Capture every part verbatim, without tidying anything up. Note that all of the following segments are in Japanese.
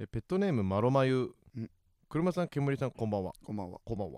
えペットネームマロマユ。 ん車さん、煙さん、こんばんは。 こんばんは。 こんばんは。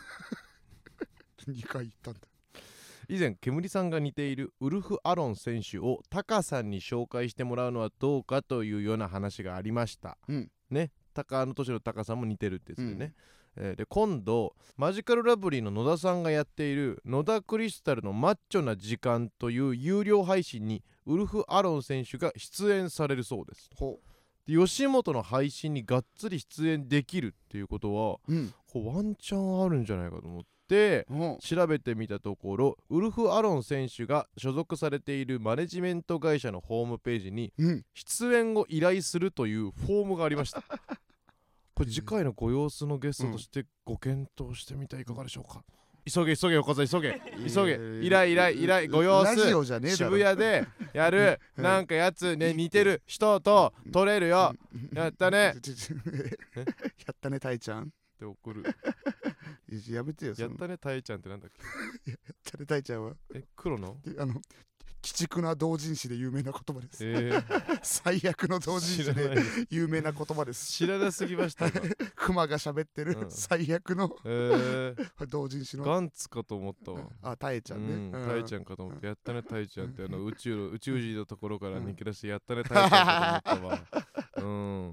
にかい言ったんだ。 以前煙さんが似ているウルフ・アロン選手をタカさんに紹介してもらうのはどうかというような話がありました、 うんね。タカの年のタカさんも似てるってやつでね、うんえー、で今度マジカルラブリーの野田さんがやっている野田クリスタルのマッチョな時間という有料配信にウルフ・アロン選手が出演されるそうです。 ほで吉本の配信にがっつり出演できるっていうことは、 う、うん、 こうワンチャンあるんじゃないかと思ってほ調べてみたところ、ウルフ・アロン選手が所属されているマネジメント会社のホームページにう、うん、 出演を依頼するというフォームがありました。これ次回のご様子のゲストとしてご検討してみてはいかがでしょうか。急げ急げ横澤急げ急げ、依頼依頼依頼ご様ラジオ子じゃねえだろ。 渋谷でやるなんかやつね、似てる人と撮れるよ、やったねちょちょやったねタイちゃんって怒る。 やめてよ。そのやったねタイちゃんってなんだっけ。 やったねタイちゃんはえ黒のであの鬼畜な同人誌で有名な言葉です、 えー、 最悪の同人誌で有名な言葉です。 知らなすぎました今クマが喋ってる、 うん、 最悪の、 えー、 同人誌のガンツかと思ったわ。 あ、タイちゃんね、 うん、タイちゃんかと思って、やったねタイちゃんってあの宇宙宇宙人のところから抜け出してやったねタイちゃんかと思ったわ。うん、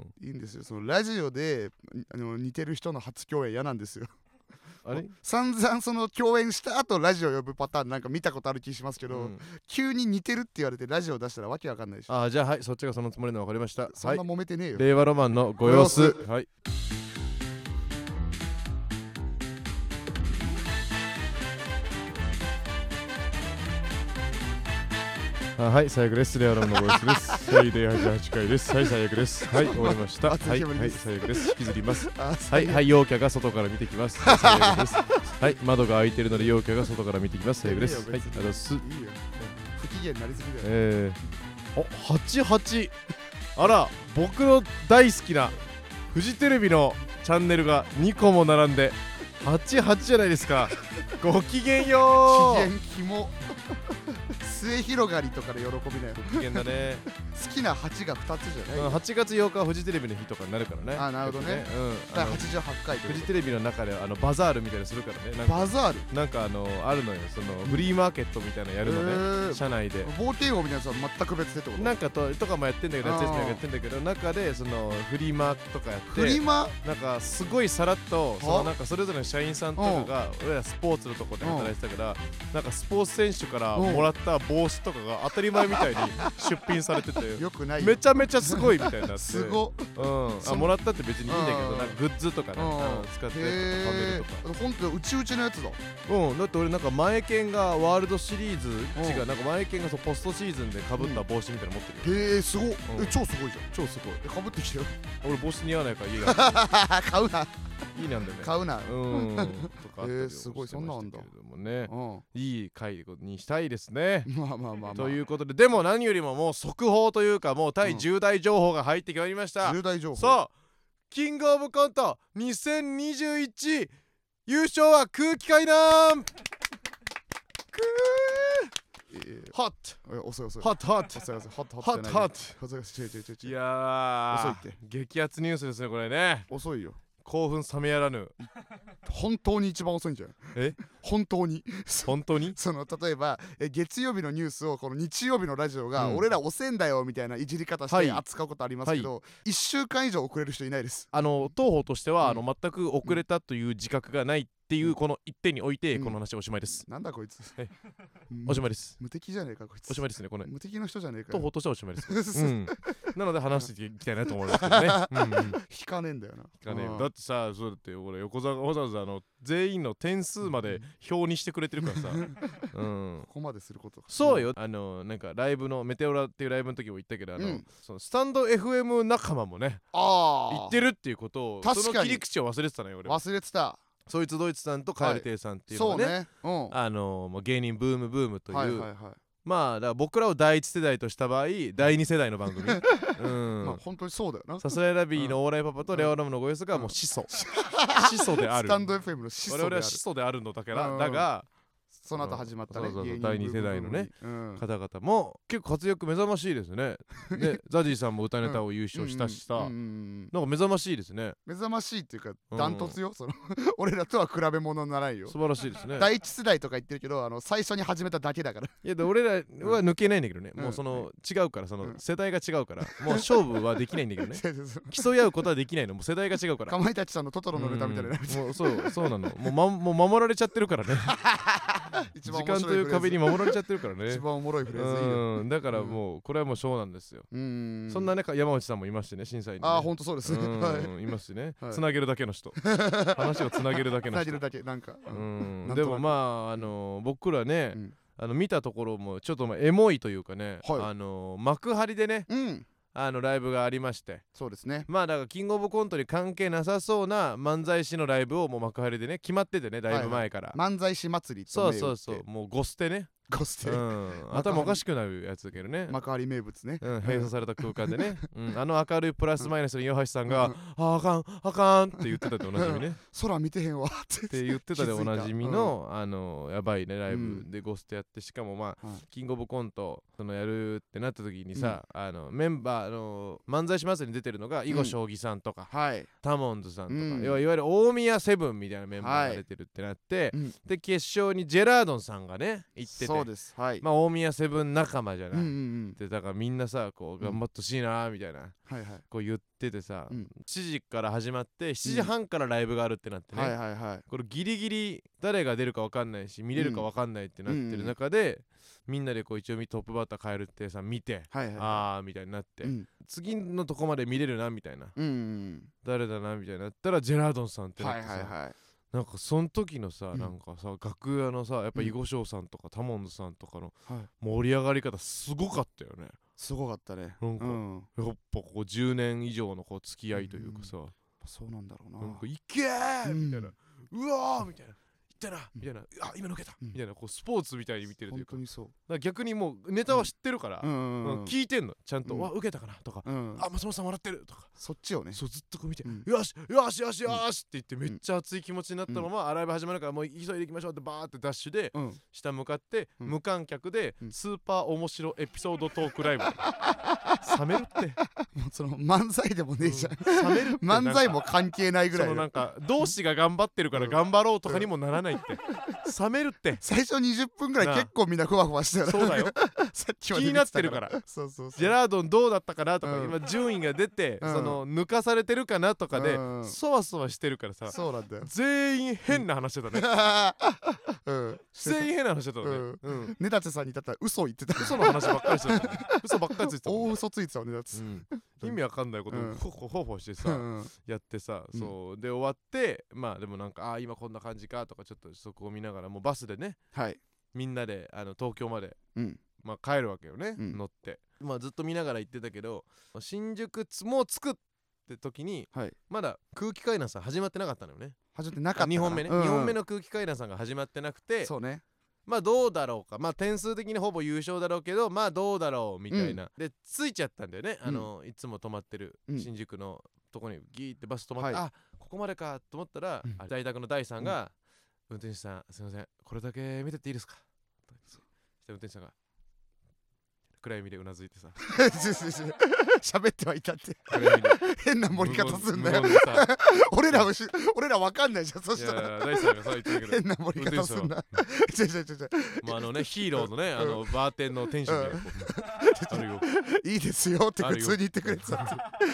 いいんですよ。そのラジオであの似てる人の初共演嫌なんですよ。 あれ散々その共演した後ラジオ呼ぶパターンなんか見たことある気しますけど、 うん、 急に似てるって言われてラジオ出したらわけわかんないでしょ。 あじゃあはいそっちがそのつもりの分かりました。 そんな揉めてねえよ、 はい、令和ロマンのご様子。はい。あはい最悪です。令和ロマンのご様子です。はいだいはちじゅうはちかいです。はい最悪です。はい終わりました。はいはい最悪です。引きずります。はいはい陽キャが外から見てきます。はい最悪です。はい窓が開いてるので陽キャが外から見てきます。最悪です。はいあざす。いいよ不機嫌になりすぎだよ。 えー、おはちじゅうはち。あら僕の大好きなフジテレビのチャンネルがにこも並んではちじゅうはちじゃないですか。ごきげんよう。 機嫌キモ末広がりとかで喜びなよ。 ご機嫌だね。 好きなはちがふたつじゃない、 うん、はちがつようかはフジテレビの日とかになるからね。 あなるほどね。 うん、 だからはちじゅうはちかいフジテレビの中であのバザールみたいなするからね。なんかバザールなんかあのあるのよ、そのフリーマーケットみたいなのやるのね、 えー、 社内で。 冒険王みたいなやつは全く別でってこと？ なんかととかもやってんだけど、夏休みやってんだけど、中でそのフリマとかやってフリマなんかすごいさらっとそのなんかそれぞれの社員さんとかが俺らスポーツのとこで働いてたから、なんかスポーツ選手からもらった帽子とかが当たり前みたいに出品されててよくないよ。 めちゃめちゃすごいみたいになってすごっ、 うん、あもらったって別にいいんだけど、 うんなんかグッズとかね、うん使ってとかパネルとか。 ほんとうちうちのやつだ。 うんだって俺なんか前剣がワールドシリーズうん違うなんか前剣がそうポストシーズンで被った帽子みたいなの持ってるよ。 へえすごっ、 うんえ超すごいじゃん。 超すごい。 えかぶってきてよ。 俺帽子似合わないから家が買うな。 いいなんだよね。 買うな。 うんとかあったりえーすごいしてましたけれどもね、 うん。 いい回にしたいですね。 まあまあまあまあ。 ということで、でも何よりももう速報というかもう対重大情報が入ってきまりました。 重大情報。 そうキングオブコントにせんにじゅういち優勝は空気階段。くーホット遅い遅い。 ホットホット遅い遅い。ホットホホット。 ットホット。 遅い遅い。違う違う違う。 いやー遅いって激アツニュースですねこれね。 遅いよ。 興奮冷めやらぬ。 本当に一番遅いんじゃん。 え本当に本当にその例えばえ月曜日のニュースをこの日曜日のラジオが、 うん俺ら遅えんだよみたいないじり方しはいて扱うことありますけど、いっしゅうかん以上遅れる人いないです。 あの当方としては、 うんあの全く遅れたという自覚がないっていうこの一点において、 うんこの話おしまいです。 なんだこいつ。 えうんおしまいです。 無敵じゃねえかこいつ。 おしまいですねこれ。 無敵の人じゃねえかよ。 当方としてはおしまいです。うん、なので話していきたいなと思いますけどね。うんうん引かねえんだよな。 かねうんだってさそうだって俺横澤がわざわざあの全員の点数まで表にしてくれてるからさ、うん、 ここまですること。 そうよ。あのなんかライブのメテオラっていうライブの時も言ったけどあの、 うんそのスタンド エフエム 仲間もねああ言ってるっていうことを確かにその切り口を忘れてたのよ俺は。 忘れてた。 そいつドイツさんとカエル亭さんっていうのそうがね、 ね。うん。 あのもう芸人ブームブームという、 はいはいはい。 まあだから僕らを第一世代とした場合だいに世代の番組うんまあ本当にそうだよな。 さすらいラビーのオーライパパとレオラムのご様子がもう始祖、始祖である。 スタンド エフエム の始祖である。 我々は始祖であるのだから、 うんだがその後始まったね、 そうそうそう芸人だいに世代のね、 ブームブームに、うん、 方々も結構活躍目覚ましいですねでザジーさんも歌ネタを優勝したしさ、 うんうんうんうん、 なんか目覚ましいですね。 目覚ましいっていうかうんダントツよ、その俺らとは比べ物にならんよ。 素晴らしいですね。 第一世代とか言ってるけど、あの最初に始めただけだから。 いやで俺らは抜けないんだけどね、 うんもうその違うからそのうん世代が違うから、もう勝負はできないんだけどねそうそうそう競い合うことはできないの、もう世代が違うから。 かまいたちさんのトトロのネタみたいになる。 うんもうそうそうなの、もう、ま、もう守られちゃってるからね時時間という壁に守られちゃってるからね。 一番おもろいフレーズいいよ。 うんだからもうこれはもうショーなんですよ。 うんそんなね山内さんもいましてね、審査員にね。 ああほんとそうですね。 うんはいいますしね、 はいつなげるだけの人話をつなげるだけの人。 つなげるだけなんか。 ううんんでもまああの僕らね、 うんあの見たところもちょっとまあエモいというかね、 はいあの幕張でねうんあのライブがありまして、 そうですね。 まあだからキングオブコントに関係なさそうな漫才師のライブをもう幕張でね決まっててね、だいぶ前から、 漫才師祭りとそう銘打ってそうそう、もうゴステね、 ゴステ、 うん頭おかしくなるやつだけどね、 幕張名物ね。 うん、閉鎖された空間でね、うん、あの明るいプラスマイナスの岩橋さんがうん 「ああかんあかん」って言ってたでおなじみね空見てへんわってって言ってたでおなじみの、あのやばいねライブうんでゴストやって、しかもまあはいキングオブコントそのやるってなった時にさ、あのメンバーあの漫才師祭りに出てるのが囲碁将棋さんとか、 はいタモンズさんとか、 うん要はいわゆる大宮セブンみたいなメンバーが出てるってなって、 うんで決勝にジェラードンさんがね行ってて、 そうですはいまあ大宮セブン仲間じゃない、 うんうんうんでだからみんなさこう頑張ってほしいなーみたいな、 はいはいこう言っててさ、 うんしちじから始まってしちじはんからライブがあるってなってね、 はいはいはいこれギリギリ誰が出るか分かんないし見れるか分かんないってなってる中で、みんなでこう一応トップバッターカエルってさ見て、 はいはいあーみたいになって、 うん次のとこまで見れるなみたいな、 うんうん誰だなみたいになったらジェラードンさんってなはいってさ、 はいはいなんかその時のさ、 うんなんかさ楽屋のさやっぱうん囲碁将さんとかタモンズさんとかのはい盛り上がり方すごかったよね。 すごかったね。 なんかうんやっぱこうじゅうねん以上のこう付き合いというかさ、 そうなんだろうな。 なんかいけーみたいな、 うんうわーみたいな、いったなみたいな、あ今抜けた、 うんみたいな、こうスポーツみたいに見てるというか、だか本当にそう。 ら逆にもうネタは知ってるから、 うんうんうん聞いてんのちゃんと、 うんわ受けたかなとか、 うんあ松本さん笑ってるとか、 そっちをね。 そうずっとこう見て、 うんよしよしよしよしって言ってめっちゃ熱い気持ちになったまま、ライブ始まるからもう急いで行きましょうってバーってダッシュでうん下向かって、 うん無観客でうんスーパー面白エピソードトークライブ冷めるってもうその漫才でもねえじゃん。 冷めるって漫才もなんか関係ないぐらいよ。 そのなんか同志が頑張ってるから頑張ろうとかにもならないって冷めるって最初にじゅっぷんぐらいなあ結構みんなふわふわしてたそうだよさっきまで気になってるからそうそうそう。 ジェラードンどうだったかなとか、 うん今順位が出て、 うんその抜かされてるかなとかで、 うんそわそわしてるからさ、 そうなんだよ。 全員変な話してたねうん。 全員変な話してたのね、 うんうんねだてさんにだったら嘘言ってた。 嘘の話ばっかりしてた、ね、嘘ばっかりついてたもん大ね、 嘘ついてたわねだって。 うん意味わかんないことをうんほほほほしてさ、 うんやってさ、 うんそうで終わってまあでもなんかあー今こんな感じかとかちょっとそこを見ながらもうバスでねはい。 みんなであの東京までうん。 まあ帰るわけよね、 うん乗ってまあずっと見ながら行ってたけど新宿つもう着くって時にはい。 まだ空気階段さん始まってなかったのよね。 始まってなかったかな。 にほんめね、 うんにほんめの空気階段さんが始まってなくて、 そうね。 まあどうだろうか、まあ点数的にほぼ優勝だろうけどまあどうだろうみたいな、で着いちゃったんだよね、あのいつも泊まってるうん新宿のとこにギーってバス止まって、 はいあここまでかと思ったら、 うんあ在宅の第三が、運転手さんすいませんこれだけ見てっていいですかとか言ってそして運転手さんが暗闇でうなずいてさ喋ってはいたって。 暗闇で変な盛り方すんだよ無言。でさ俺らはし俺らわかんないじゃん。そいやいしたらや第三がさ言ってたけど変な盛り方すんな。違う違う違う違う。 まああのねヒーローのねあのバーテンのテンションでこうあるよいいですよって普通に言ってくれてた。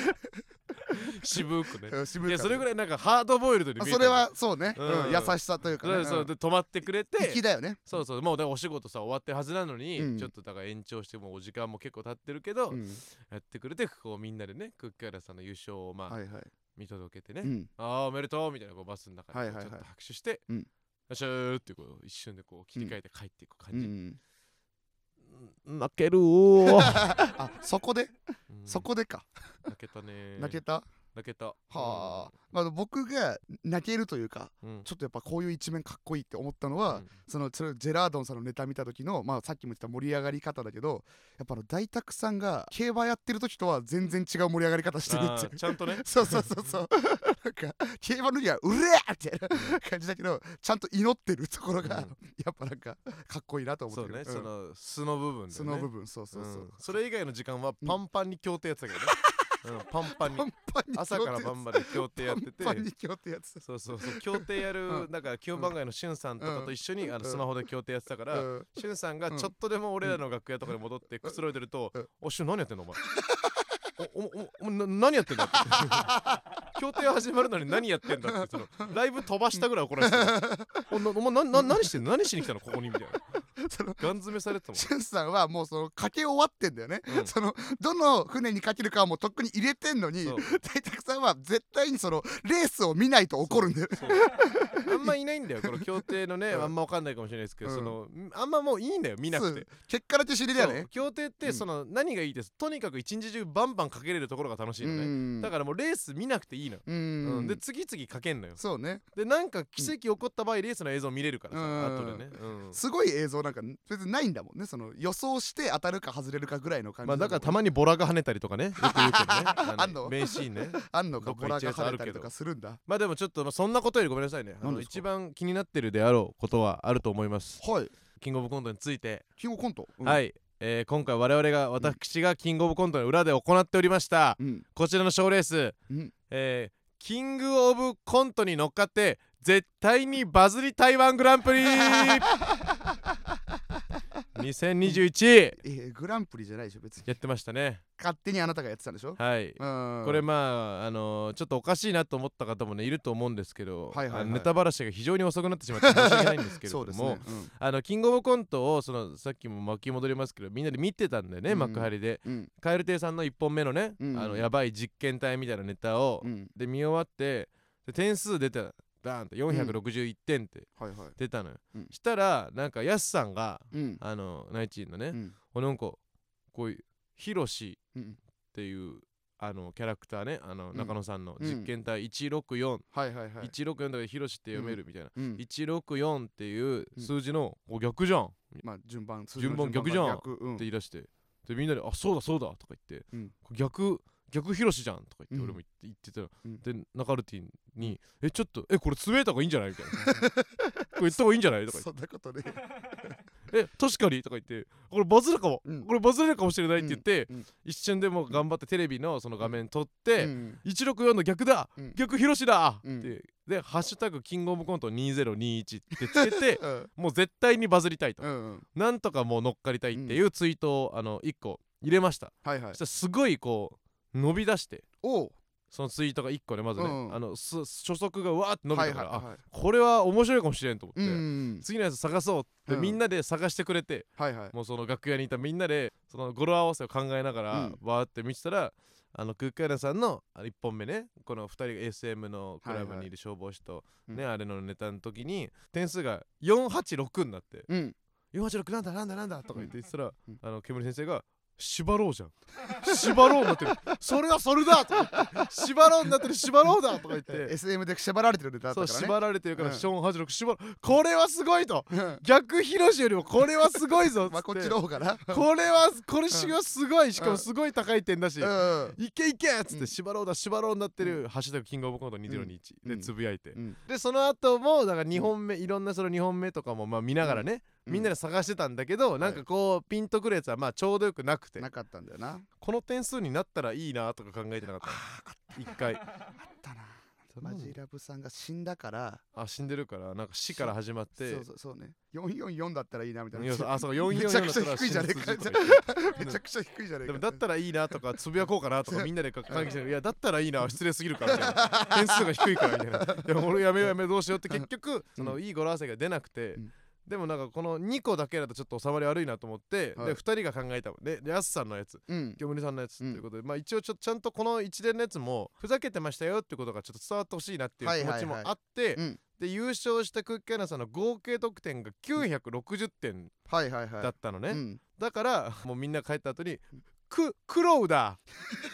渋くねうん渋いいやそれぐらいなんかハードボイルドに見えたそれはそうね。 うんうん優しさというかね。 そうそうで止まってくれて粋だよね。 そうそうもうだからお仕事さ終わってるはずなのに、 うんちょっとだから延長してもうお時間も結構経ってるけど、 うんやってくれてこうみんなでねクッキーラさんの優勝をまあ、 はいはい。 見届けてね、 うんああおめでとうみたいなこうバスの中ではいはいはいちょっと拍手して、 うんよっしゃーってこう一瞬でこう切り替えて帰っていく感じ、 うん。 泣けるー、 あそこでうんそこでか。 泣けたねー泣けた。 泣けた。 はあ、まあ、僕が泣けるというか、うん、ちょっとやっぱこういう一面かっこいいって思ったのは、うん、そのそれジェラードンさんのネタ見た時の、まあ、さっきも言った盛り上がり方だけど、やっぱあの大沢さんが競馬やってる時とは全然違う盛り上がり方してるってちゃんとねそうそうそうそうなんか競馬の時はうれーみたいな感じだけど、ちゃんと祈ってるところが、うん、やっぱなんかかっこいいなと思ってる。 そうね、うん、その素の部分だよね。 素の部分、そうそうそう、うん、 それ以外の時間はパンパンに競艇やってたけどねうん、パンパンにパンパンに朝から晩まで競艇やってて、 パンパンに競艇やってた。 そうそうそう、競艇やる、なんか基本番外のしゅんさんとかと一緒に、あのスマホで競艇やってたから、しゅんさんがちょっとでも俺らの楽屋とかに戻ってくつろいでると、おしゅん何やってんのお前おおおな何やってんだって競艇始まるのに何やってんだって、そのライブ飛ばしたぐらい怒られてたおなお前なな何してんの、何しに来たのここにみたいなそのガン詰めされてたもん。 しゅんさんはもうその賭け終わってんだよね、うん、そのどの船にかけるかはもうとっくに入れてんのに、大沢さんは絶対にそのレースを見ないと怒るんだよ。 あんまいないんだよこの競艇のね、うん、あんま分かんないかもしれないですけど、うん、そのあんまもういいんだよ見なくて。 結果だけ知りだよね。 競艇ってその、うん、何がいいです、とにかく一日中バンバンかけれるところが楽しいのね、うん、だからもうレース見なくていいの、うんうん、で次々かけんのよ。 そうね。 でなんか奇跡起こった場合レースの映像見れるからさ、うん、後でね、うん、 すごい映像なんか別にないんだもんね、その予想して当たるか外れるかぐらいの感じ。 まあだからたまにボラが跳ねたりとかねよく言うけどねあんの名シーンねあんのか、ボラが跳ねたりとかするんだ。 まあでもちょっと、まあ、そんなことよりごめんなさいね、あの一番気になってるであろうことはあると思います。 はい。 キングオブコントについて。 キングオブコント、 うん、はい、えー、今回我々が私がキングオブコントの裏で行っておりました、うん、こちらの賞レース、うん、えー、キングオブコントに乗っかって絶対にバズり台湾グランプリにせんにじゅういち、えー、グランプリじゃないでしょ別に。 やってましたね。 勝手にあなたがやってたんでしょ。 はい。これまああのー、ちょっとおかしいなと思った方もねいると思うんですけど、はいはいはい、ネタばらしが非常に遅くなってしまって申し訳ないんですけれどもそうですね、うん、あのキングオブコントをそのさっきも巻き戻りますけどみんなで見てたんだよね、うん、幕張で、うん、蛙亭さんのいっぽんめのね、うん、あのやばい実験体みたいなネタを、うん、で見終わってで点数出てバーンとよんひゃくろくじゅういってんって出たのよ、うんはいはい、したらなんかやすさんが、うん、あのナイチンのね、うん、なんかこういうヒロシっていう、うん、あのキャラクターね、あの中野さんの実験体いちろくよん、はいはいはい、いちろくよんだからヒロシって読めるみたいな、うん、いちろくよんっていう数字の、うん、逆じゃん、 まあ順番順番逆じゃんって言い出して、でみんなであそうだそうだとか言って、うん、逆逆ヒロシじゃんとか言って俺も言ってたら、うん、で中ルティンにえちょっとえこれつぶやいた方がいいんじゃないみたいなこれ言った方がいいんじゃないとか言ってそんなことねえ確かにとか言ってこれバズるかも、うん、これバズるかもしれないって言って、うん、一瞬でも頑張ってテレビのその画面撮って、うん、いちろくよんの逆だ、うん、逆ヒロシだ、うん、ってでハッシュタグキングオブコントにせんにじゅういちってつけて、うん、もう絶対にバズりたいと、うんうん、なんとかもう乗っかりたいっていうツイートをあのいっこ入れました、はいはい、そしたらすごいこう伸び出しておそのツイートがいっこでまずね、うん、あの初速がわーって伸びたから、はいはいはい、あこれは面白いかもしれんと思って、うんうん、次のやつ探そうって、うん、みんなで探してくれて、はいはい、もうその楽屋にいたみんなでその語呂合わせを考えながら、うん、わーって見てたらあのクッカイラさんのいっぽんめねこのふたりが エスエム のクラブにいる消防士と、はいはい、ね、あれのネタの時に点数がよんはちろくになって、うん、よんはちろくなんだなんだなんだとか言って言ってたら、うん、あの煙先生が縛ろうじゃん縛ろうになってるそれはそれだと縛ろうになってる縛ろうだとか言ってエスエム で縛られてるネタだったからね。 そう縛られてるから、うん、ショーンはちろく縛ろうこれはすごいと、うん、逆ヒロシよりもこれはすごいぞっつって、 まあこっちの方かなこれはこれしがすごいしかもすごい高い点だし、うん、いけいけっつって、うん、縛ろうだ縛ろうになってる、うん、ハッシュタグキングオブコントにせんにじゅういち、うん、でつぶやいて、うん、でその後もだからにほんめ、うん、いろんなそのにほんめとかもまあ見ながらね、うん、みんなで探してたんだけど、うん、なんかこうピンとくるやつはまあちょうどよくなくてなかったんだよな。 この点数になったらいいなとか考えてなかった一回あったな。マジラブさんが死んだからあ死んでるからなんか死から始まってそうそうそうねよんよんよんだったらいいなみたいなあそうよんよんよんだったらめちゃくちゃ低いじゃねえかめちゃくちゃ低いじゃねえかでもだったらいいなとかつぶやこうかなとかみんなで考えていやだったらいいな失礼すぎるからみたいな点数が低いからみたいないや俺やめようやめようどうしようって結局そのいい語呂合わせが出なくて、うんでもなんかこのにこだけだとちょっと収まり悪いなと思って、はい、でふたりが考えたでやすさんのやつ、うん、煙さんのやつということで、うん、まあ一応ちょちゃんとこの一連のやつもふざけてましたよってことがちょっと伝わってほしいなっていう気持ちもあって、はいはいはい、で優勝したクッキーナさんの合計得点がきゅうひゃくろくじゅってんだったのね、はいはいはい、だからもうみんな帰った後にククロウだ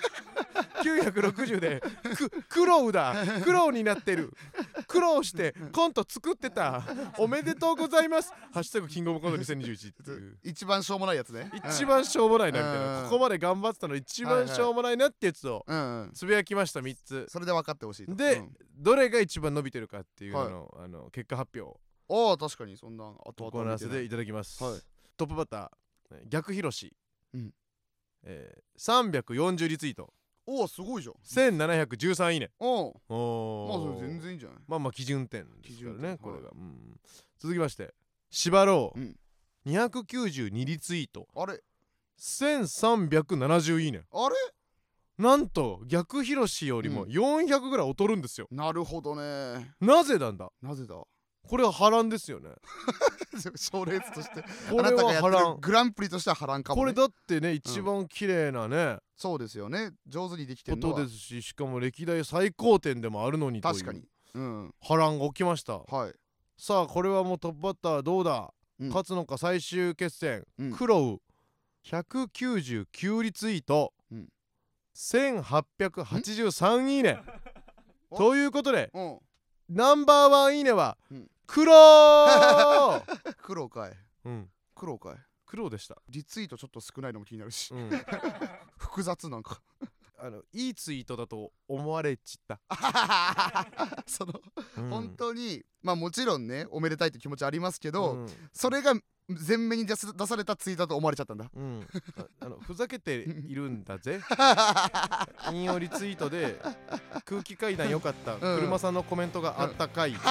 きゅうひゃくろくじゅうでく苦労だ苦労になってる苦労してコント作ってたおめでとうございますハッシュタグキングオブコントにせんにじゅういちっていう一番しょうもないやつね。 一番しょうもないなみたいな、 うんここまで頑張ってたの一番しょうもないなってやつをうんうん、 つぶやきましたみっつ。 それで分かってほしいと。 で、 うん、 どれが一番伸びてるかっていうのの、あの結果発表ああ確かにそんな後々 行わせていただきます、 はい、 トップバッター逆広し、 うんえー、さんびゃくよんじゅうリツイート、 おおすごいじゃん。 せんななひゃくじゅうさんいいね。 おおまあそれ全然いいんじゃない。 まあまあ基準点ですからねこれが、 はい、 うん、続きましてしばろう、 うん、 にひゃくきゅうじゅうにリツイート、 あれせんさんびゃくななじゅういいね。 あれなんと逆広しよりもよんひゃくぐらい劣るんですよ、 なるほどね。 なぜなんだ。 なぜだこれは波乱ですよね賞レースとしてこれは波乱、 グランプリとしては波乱かも、ね、 これだってね一番綺麗なね、 そうですよね上手にできてこるのはとですし、しかも歴代最高点でもあるのにという確かに、うん、 波乱が起きました。 はい。 さあこれはもうトップバッターどうだ、 うん、 勝つのか最終決戦、 うん、 クロウひゃくきゅうじゅうきゅうリツイート、うん、せんはっぴゃくはちじゅうさんいいねということで、 うん、 ナンバーワンいいねは、うん、クロウ黒かい、うん、黒かい黒でした。 リツイートちょっと少ないのも気になるし、うん、複雑なんかあのいいツイートだと思われちったその、うん、本当にまあもちろんねおめでたいって気持ちありますけど、うん、それが前面に出す出されたツイートだと思われちゃったんだ、うん、 ああのふざけているんだぜ引用リツイートで空気階段良かった、うん、車さんのコメントがあったかい、うん、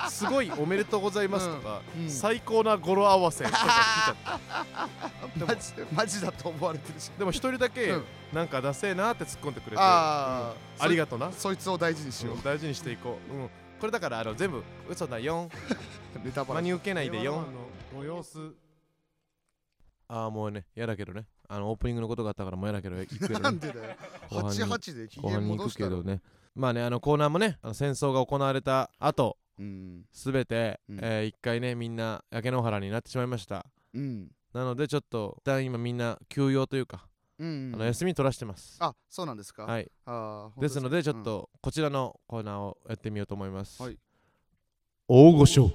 すごいおめでとうございますとか、うん、最高な語呂合わせとか来ちゃったマジマジだと思われてるし、 でも一人だけ、うん、なんかダセーなって突っ込んでくれて、あ、うん、ありがとうな、 そいつを大事にしよう、 うん、大事にしていこう、うん、これだからあの全部嘘だよネタバラ真に受けないでよご様子。ああもうね嫌だけどね、あのオープニングのことがあったからもう嫌だけど行くけど、ね、 なんでだよはちじゅうはちで機嫌戻したらね、まあねあのコーナーもねあの戦争が行われた後すべ、うん、て、うん、えー、一回ねみんな焼け野原になってしまいました、うん、なのでちょっと一旦今みんな休養というか、うんうん、あの休み取らしてます。 あ、そうなんですか。 はい。 あです、ですのでちょっとこちらのコーナーをやってみようと思います。 はい。 大御所。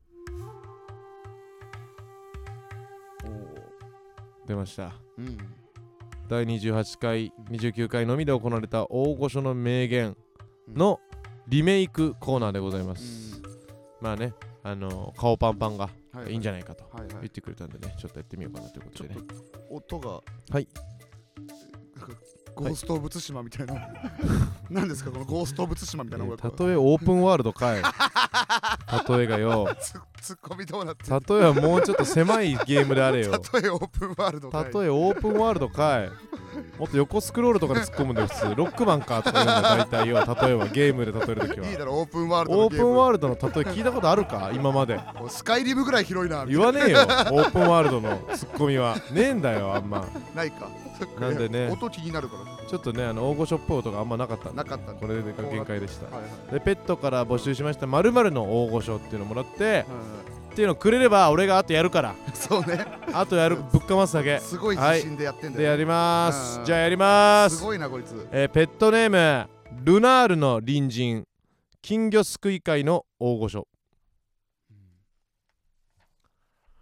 出ました、うん、だいにじゅうはちかいにじゅうきゅうかいのみで行われた大御所の名言のリメイクコーナーでございます、うん、まあねあのー、顔パンパンがいいんじゃないかと言ってくれたんでね、ちょっとやってみようかなということでね。 音がはいゴースト・オブ・ツシマみたいな、はい、何ですかこのゴースト・オブ・ツシマみたいな音楽、 たとえオープンワールドかい例えがよツッコミどうなって例えはもうちょっと狭いゲームであれよ例えオープンワールドかい例えオープンワールドかいもっと横スクロールとかで突っ込むんだよ普通ロックマンかとか言うんだ大体よ例えばゲームで例えるときはいいだろオープンワールドのゲームオープンワールドの例え聞いたことあるか今までスカイリムぐらい広いな言わねえよオープンワールドのツッコミはねえんだよあんまないかなんでね音気になるからちょっとねあの大御所っぽい音があんまなかったんでなかったこれで限界でした、 はいはい、 でペットから募集しました〇〇の大御所っていうのをもらって、はいはい、っていうのをくれれば俺があとやるからそうねあとやるぶっかますだけすごい自信でやってんだよ、ね、 でやりまーすじゃあやりまーすすごいなこいつ、 えー、ペットネームルナールの隣人金魚すくい会の大御所、うん、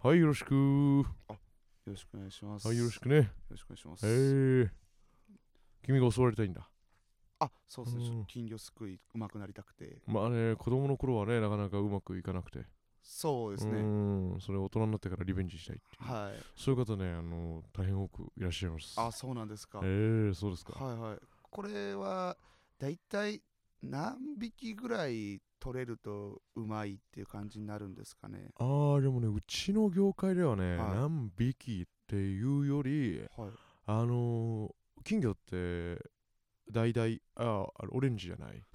はいよろしくあよろしくお願いします。 はいよろしくね。よろしくお願いします。 えー、君が襲われたいんだ。 あ、そうそうそう、金魚すくい上手くなりたくて。 まあね、子供の頃はね、なかなかうまくいかなくて。 そうですね。うん、 それ大人になってからリベンジしたいっていう。はい。そういう方ね、あの大変多くいらっしゃいます。 あ、そうなんですか。 えー、そうですか。 はいはい。これはだいたい何匹ぐらい取れるとうまいっていう感じになるんですかね。 ああでもねうちの業界ではね、はい、何匹っていうより、はい、あのー、金魚ってだいだいああオレンジじゃない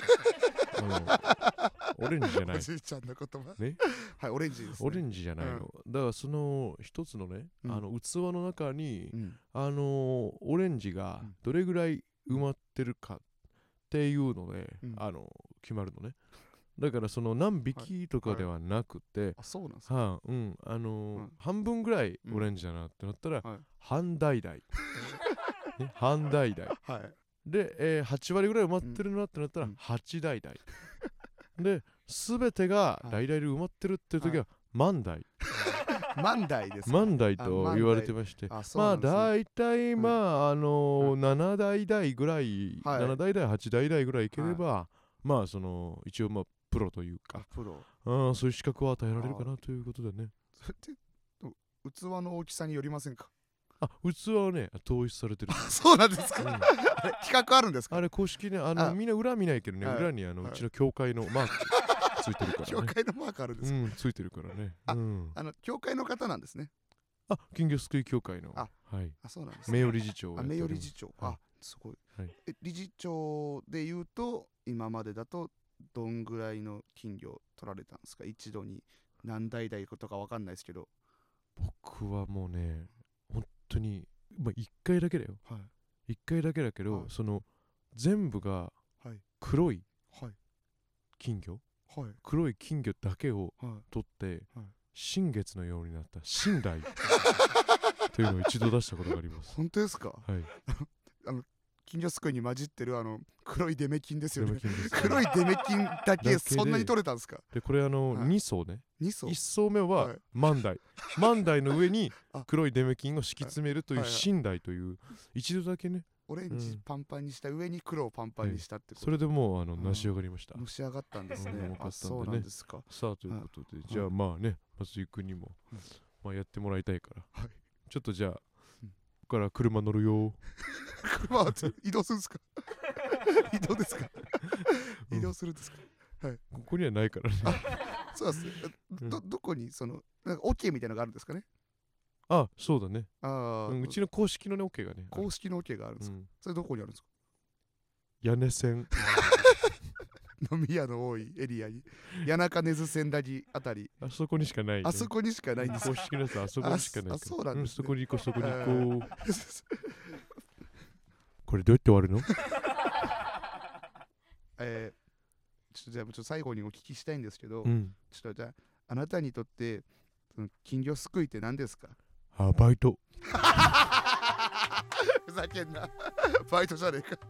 オレンジじゃないおじいちゃんの言葉ねはいオレンジです、ね、 オレンジじゃないの、うん、だからその一つのね、うん、あの器の中に、うん、あのー、オレンジがどれぐらい埋まってるかっていうので、うん、あの決まるのね。だからその何匹とかではなくて、はいはい、 あそうなんですか、 はあ、うんあのーうん、半分ぐらいオレンジだなってなったら、うんはい、半橙ね、半代々。 はい。 で、えー、はち割ぐらい埋まってるなってなったら、 うん、 はち代々。で、すべてが代々で埋まってるっていう時は、万代。 万代ですか。 万代と言われてまして、 あ、 まあ大体まああのはいなな代々ぐらい、 はいなな代々はち代々ぐらいいければ、まあその一応まあプロというか、 プロ。 うん、そういう資格を与えられるかなということでね。 それって器の大きさによりませんか。 あ、器はね統一されてる。 そうなんですか。 うん、 あれ企画あるんですか。 あれ公式ね、あのあみんな裏見ないけどね、 はい裏にあの、 はいうちの協会のマークついてるからね。 教会のマークあるんですか。 うん、ついてるからね。 あうん、 あの教会の方なんですね。 あ、金魚すくい協会の、 あはい、 あ、そうなんですね。 名誉理事長をあ、名やっております。 誉理事長。 はいあ、すごい。 はいえ、理事長で言うと今までだとどんぐらいの金魚取られたんですか。一度に何代々とかわかんないですけど。 僕はもうね、本当に、まあ、いっかいだけだよ。 はい。 いっかいだけだけど、 はいその全部がはい黒いはい金魚、 はい黒い金魚だけをはい。 取って、 はい新月のようになった新来というのを一度出したことがあります。 本当ですか。 はい。 金魚すくいに混じってるあの黒いデメキンですよね。 デメキンです。 黒いデメキンだけでそんなに取れたんですか。 で、これあの、 はいに層ね。 に層。 いっ層目ははい万代。万代の上にあ黒いデメキンを敷き詰めるというはいはい新来という、一度だけね、 オレンうんジパンパンにした上に黒をパンパンにしたってこと。 それでもうあのうん成し上がりました。 のし上がったんですね。 うんあ、そうなんですか。 さあということで、 いじゃあまあね、松井君にも、 うんまあ、やってもらいたいから、 はいちょっとじゃあ、 うんここから車乗るよ。 車は移動するんですか。移動ですか。 うん移動するんですか。 ここにはないからね。 そうです。 うんどどこにそのなんか OK みたいなのがあるんですかね。 あ、そうだね。 ああ、 うんうちの公式のね、OK がね。 公式の OK があるんですか。 うんそれどこにあるんですか。 屋根線。 飲み屋の多いエリアに谷中根津千駄木あたり、 あそこにしかない、ね。 あそこにしかないんです公か。 式のやつはあそこにしかないから。 あそうなんですねそこに行こう、そこに行こう。 あこれどうやって終わるの？ えー、ちょっとじゃあちょっと最後にお聞きしたいんですけど、 うん。 ちょっとじゃああなたにとってその金魚すくいって何ですか。 あ、バイト。 ふざけんな。バイトじゃねえか。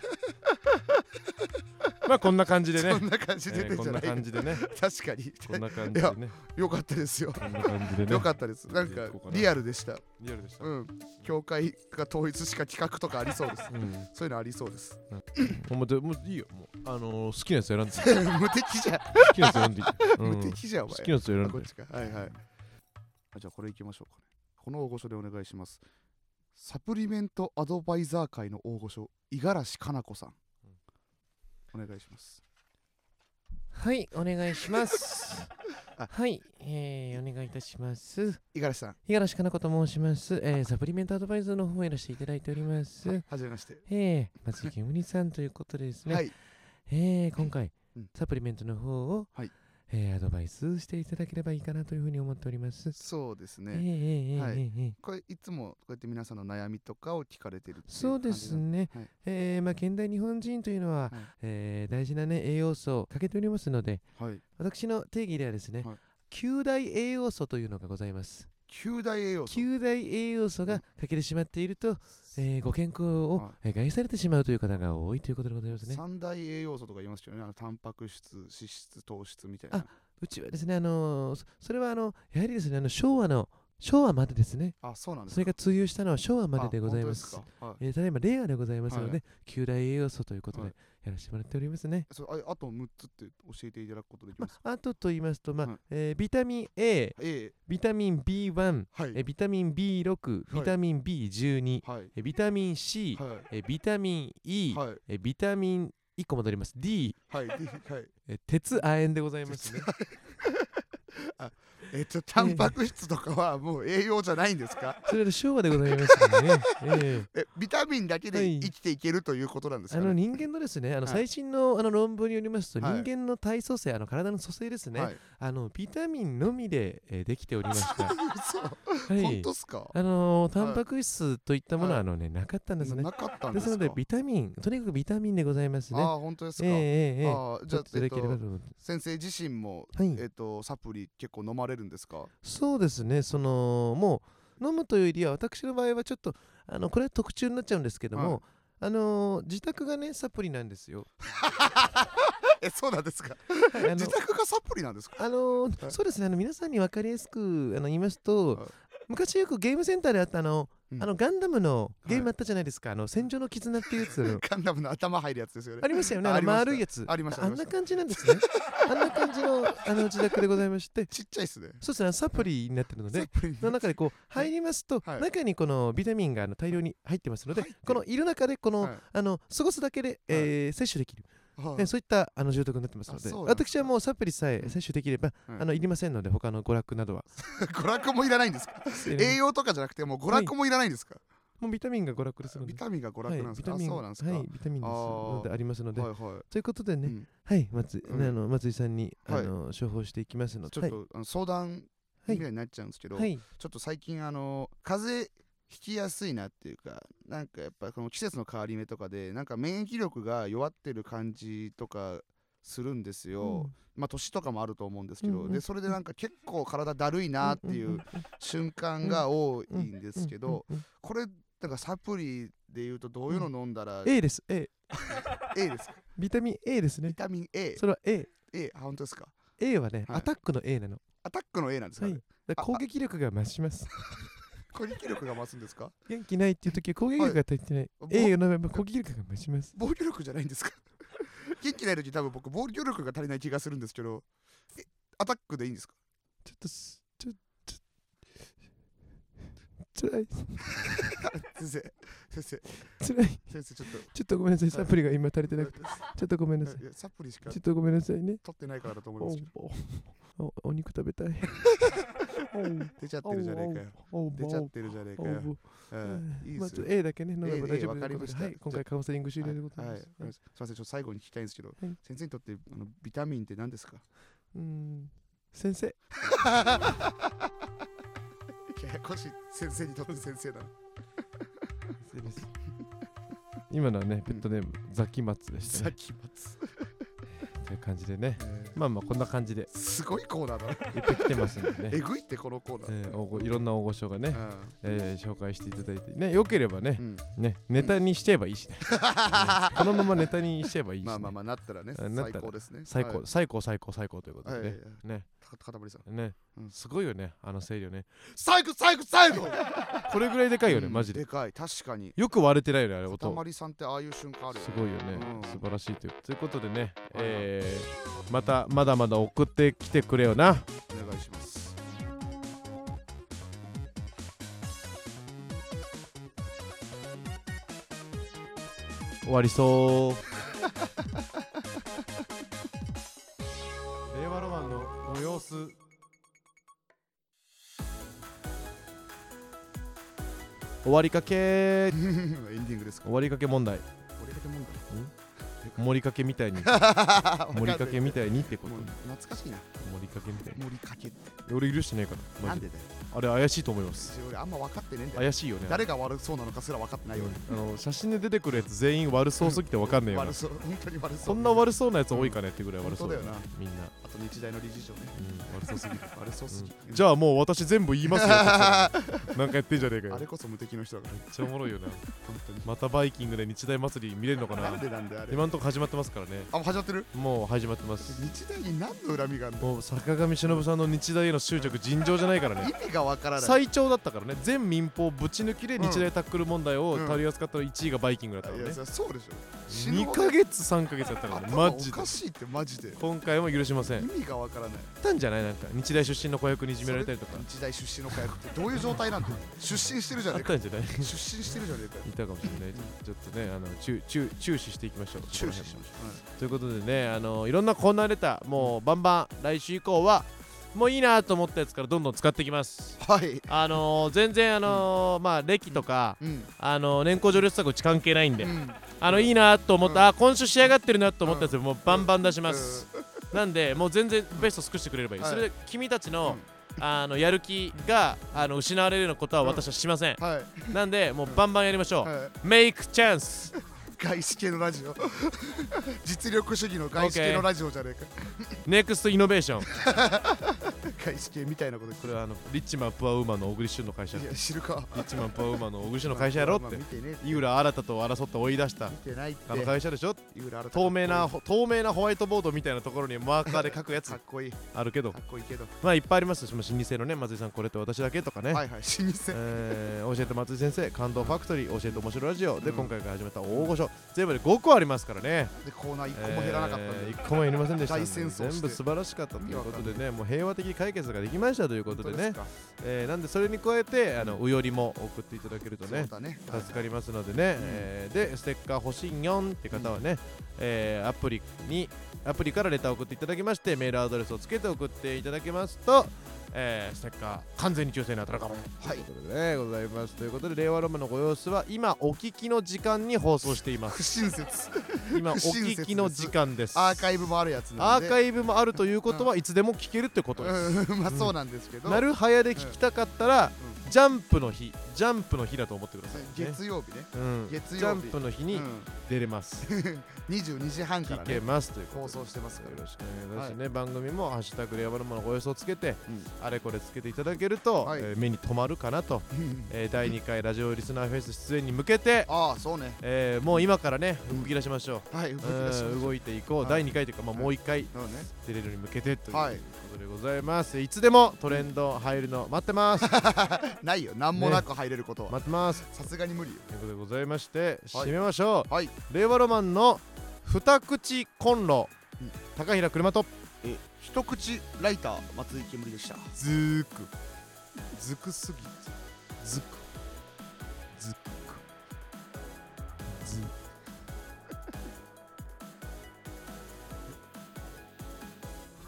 まあこんな感じでね。 そんな感じでえーこんな出てんじゃない、 感じでね。 確かにこんな感じでね。 よかったですよ。 こんな感じでね。 よかったです。なんかリアルでした。 リアルでした。 うん。教会が統一しか企画とかありそうです。 うん。 そういうのありそうです。 もうでもういいよ。もうあのー、好きなやつ選んで。 無敵じゃん。 好きなやつ選んでいい。うん無敵じゃんお前。 好きなやつ選んであこっ。ちか。はいはい。あじゃあこれいきましょうかね。この大御所でお願いします。サプリメントアドバイザー界の大御所、五十嵐かな子さん。お願いします。 はい、お願いしますあ。 はい、えー、お願いいたします。 五十嵐さん。 五十嵐かな子と申します。えー、サプリメントアドバイザーの方をやらせていただいております。 はじめまして。 えー、松井煙さんということでですね。 はい。 えー、今回、 うんサプリメントの方を、 はいえー、アドバイスしていただければいいかなというふうに思っております。 そうですね。 えー、えー、えー、 はいえーえーこれいつもこうやって皆さんの悩みとかを聞かれてるっていうそうですね。 はいえー、まあ、現代日本人というのは、 はいえー大事なね、栄養素を欠けておりますので、 はい。 私の定義ではですね、 はい九大栄養素というのがございます。 九大栄養素。 九大栄養素が欠けてしまっていると、えーご健康をはえー害されてしまうという方が多いということでございますね。 三大栄養素とか言いますけどね。あのタンパク質、脂質、糖質みたいな。 うちはですね、あのーそそれはあのやはりですね、あの昭和の昭和までですね。 あ、そうなんですそれが通用したのは昭和まででございます。 あ本当ですか。はいえーただいま令和でございますので、 はい九大栄養素ということはいでやらせてもらっておりますね。 そうああとむっつって教えていただくことできまますか。 あ、あとと言いますと、まあはいえービタミン A、 A。 ビタミン ビーワン、 はい。 えービタミン ビーシックス、 はいビタミン ビーじゅうに、 はい。 えービタミン C、 はい。 えービタミン E、 はい。 えービタミンいっこ戻ります D、 はい。ではい。 えー鉄亜鉛でございますね。 えっと、タンパク質とかはもう栄養じゃないんですか。 それで昭和でございますからね。えーえ、ビタミンだけはいで生きていけるということなんですかね。 あの人間のですね、あのはい最新のあの論文によりますと、 はい人間の体組成、あの体の組成ですね、 はい。 あのビタミンのみで、えーできておりました。 嘘。 はい本当っすか。 あのータンパク質といったものは、 はいあのね、なかったんですね。 なかったんでですすか。 ので、ビタミン、とにかくビタミンでございますね。 ああ、本当ですか。 ええええええああ、じゃあ、 ちょっといただえっと、 ければと思って。 先生自身も、 はいえっと、サプリ結構飲まれるんですか。 そうですね、その、もう、飲むというよりは、私の場合はちょっと、 あのこれは特注になっちゃうんですけども、 はいあのー、自宅がねサプリなんですよ。 え、そうなんですか。 はい、あの自宅がサプリなんですか。 あのーはい、 そうですね、あの皆さんに分かりやすくあの言いますと、 はい、 昔よくゲームセンターであったあの、 うん、 あのガンダムのゲームあったじゃないですか、はい、あの戦場の絆っていうやつのガンダムの頭入るやつですよね。 ありましたよね、あの丸いやつ。 ありました。 あんな感じなんですね。あんな感じのあの自宅でございまして、 ちっちゃいっすね。 そうですね、サプリになってるので、の中でこう入りますと、 はい、 中にこのビタミンがあの大量に入ってますので、このいる中でこの、はい、あの過ごすだけで、えー、摂取できる。はい、そういったあの住宅になってますので、私はもうサプリさえ摂取できれば、うん、あのいりませんので、他の娯楽などは。 娯楽もいらないんですか。栄養とかじゃなくてもう娯楽もいらないんですか。はい、 もうビタミンが娯楽ですので。 ビタミンが娯楽なんですか。はい、そうなんですか。 はい、ビタミンですのでありますので、 はいはい、 ということでね、うん、はい松、うん、あの松井さんにあの、はい、処方していきますので、 ちょっと、はい、あの相談みたいになっちゃうんですけど、はい、ちょっと最近あの風邪ひきやすいなっていうか、なんかやっぱこの季節の変わり目とかでなんか免疫力が弱ってる感じとかするんですよ、うん、まあ年とかもあると思うんですけど、うんうん、でそれでなんか結構体だるいなっていう瞬間が多いんですけど、これなんかサプリでいうとどういうの飲んだら、 うん、A です A A ですか。 ビタミン A ですね。 ビタミン A。 それは A。 A、本当ですか。 A はね、はい、アタックの A なの。 アタックの A なんですか、ね、 はい、攻撃力が増します。 攻撃力が増すんですか。 元気ないっていう時は攻撃力が足りてない、はい、A を飲めば攻撃力が増します。 防御力じゃないんですか。元気ない時多分僕防御力が足りない気がするんですけど、えアタックでいいんですか。 ちょっとちょっとつらい先生先生つらい先生ちょっとちょっとごめんなさい、サプリが今足りてなくて、ちょっとごめんなさい。 サプリしかちょっとごめんなさいね。 取ってないからだと思いますけど。 お, お, お肉食べたい。 出ちゃってるじゃねえかよ。出ちゃってるじゃねえかよ。いいまず A だけね飲めば大丈夫です。はい、今回カウンセリング終了でございます。 はい、すみません、ちょっと最後に聞きたいんですけど、先生にとってあのビタミンって何ですか。 うーん、先生。 ややこしい。先生にとって先生だ。 先生です。今のはね、ペットネーム、ザキマツでしたね。 ザキマツ。 という感じでね、えー、まあまあこんな感じですごいコーナーだね。 いっぱい来てますんでね。 えぐいってこのコーナー、 えー、いろんな大御所がね、うん、えー、紹介していただいてね、よければね、うん、ねネタにしちゃえばいいしね。うん、このままネタにしちゃえばいいし、ね。まあまあまあなったらね、最高ですね。 最高、はい、最高最高最高ということでね。はいはいはい、ね。 かたまりさんね、うん、すごいよね、あの声量ね。 最後最後最後これぐらいでかいよね、うん、マジで。 でかい、確かに。 よく割れてないよね、あれ音。 かたまりさんってああいう瞬間あるよね。 すごいよね、うん、素晴らしいという。ということでね、えー、またまだまだ送ってきてくれよな。 お願いします。 終わりそう。令和ロマンのご様子。終わりかけエンディングですか。 終わりかけ問題。 終わりかけ問題。 盛りかけみたいに盛りかけみたいにってこと。 懐かしいな。 盛りかけみたいに。 盛りかけって俺許してねえからなんでだよ。 あれ怪しいと思います。 俺あんま分かってねえんだよ。 怪しいよね。 誰が悪そうなのかすら分かってないよね。 あの写真で出てくるやつ全員悪そうすぎて分かんねえよな。 悪そう、本当に悪そう。 こんな悪そうなやつ多いかねってぐらい悪そうだよな、みんな。 あと日大の理事長ね、 悪そうすぎる。 悪そうすぎる。 じゃあもう私全部言いますよ。なんかやってんじゃねえかよ。 あれこそ無敵の人だから。 めっちゃおもろいよな。またバイキングで日大祭り見れるのかな。 なんでなんであれ。 今んとこ始まってますからね。 あ、もう始まってる。 もう始まってます。 日大に何の恨みがあるの。 もう坂上忍さんの日大への執着尋常じゃないからね。 意味がわからない。 最長だったからね。全民放ぶち抜きで日大タックル問題を取り扱ったらいちいがバイキングだったからね。 いやそうでしょ。 にかげつさんかげつやったからね。マジで。 おかしいってマジで。 今回も許しません。 意味がわからない。 たんじゃないなんか日大出身の子役にいじめられたりとか。 日大出身の子役ってどういう状態なんだ。出身してるじゃねえか。 あったんじゃない。 出身してるじゃねえか。 いたかもしれない。ちょっとねあの注注注視していきましょう。 注視しましょう。ということでねあのいろんなコーナーレターもうバンバン来週以降は。もういいなと思ったやつからどんどん使っていきます。 はい。 あのー、全然あのーうん、まあ歴とか、うん、あのー、年功序列とかうち関係ないんで、うん、あのいいなと思った、うん、あ今週仕上がってるなと思ったやつもうバンバン出します。うん、なんでもう全然ベスト尽くしてくれればいい。はい、それで君たちの、うん、あのやる気があの失われるようなことは私はしません。うんはい、なんでもうバンバンやりましょう。はい、メイクチャンス。 外資系のラジオ実力主義の外資系のラジオじゃねえか。 ネクストイノベーション外資系みたいなことこれはあのリッチマンプアウーマンの小栗旬の会社。 いや知るか。 リッチマンプアウーマンの小栗旬の会社やろって。 見てねって井浦新と争って追い出した見てないってあの会社でしょ。 井浦新透明な透明なホワイトボードみたいなところにマーカーで書くやつかっこいいあるけど、 かっこいいけどまあいっぱいありますし、もう老舗のね松井さんこれって私だけとかね、 はいはい老舗、 えー、教えて松井先生感動ファクトリー教えて面白いラジオで、 うん今回から始めた大御所全部でごこありますからね。 でコーナーいっこも減らなかったんで、 えー、いっこも減りませんでしたんで大戦争して全部素晴らしかったということで意味ね、もう平和的に解決ができましたということでね、 本当すかえー、なんでそれに加えてあのうよりも送っていただけるとねそうだね助かりますのでね、えーでステッカー欲しいよんって方はね、えーアプリにアプリからレターを送っていただきましてメールアドレスをつけて送っていただけますと、えーステッカー完全に抽選に当たるかもということでね、ございます。ということで令和ロマンのご様子は今お聞きの時間に放送しています。 不親切今お不親切聞きの時間です。 アーカイブもあるやつアなんでーカイブもあるということはいつでも聞けるってことです。 うんまあそうなんですけど、 なるはやで聞きたかったら、ジャンプの日ジャンプの日だと思ってください、ね、 月曜日ね、 うん、 月曜日ジャンプの日に出れます、 うん、にじゅうにじはんから、ね、 聞けますという放送してますからよろしくお願いします、ね、 はい、 番組も「ハッシュタグ令和ロマン」のご様子をつけて、 うん、 あれこれつけていただけると、 はい、 えー目に留まるかなと、えー、だいにかいラジオリスナーフェス出演に向けてああそうね、 えー、もう今からね動き出しましょう、 はい動き出しましょう動いていこう、 はい、 だいにかいというか、まあ、もういっかいそうね出れるに向けてというはいことでございます、いつでもトレンド入るの待ってますないよ何もなく入れることは、 待ってますさすがに無理よということでございましてはい締めましょう、 はい令和ロマンの二口コンロ、 うん高平車とえ一口ライター松井煙でした。 ずーくずくすぎずくずく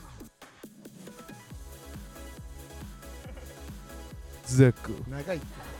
ずずく長いって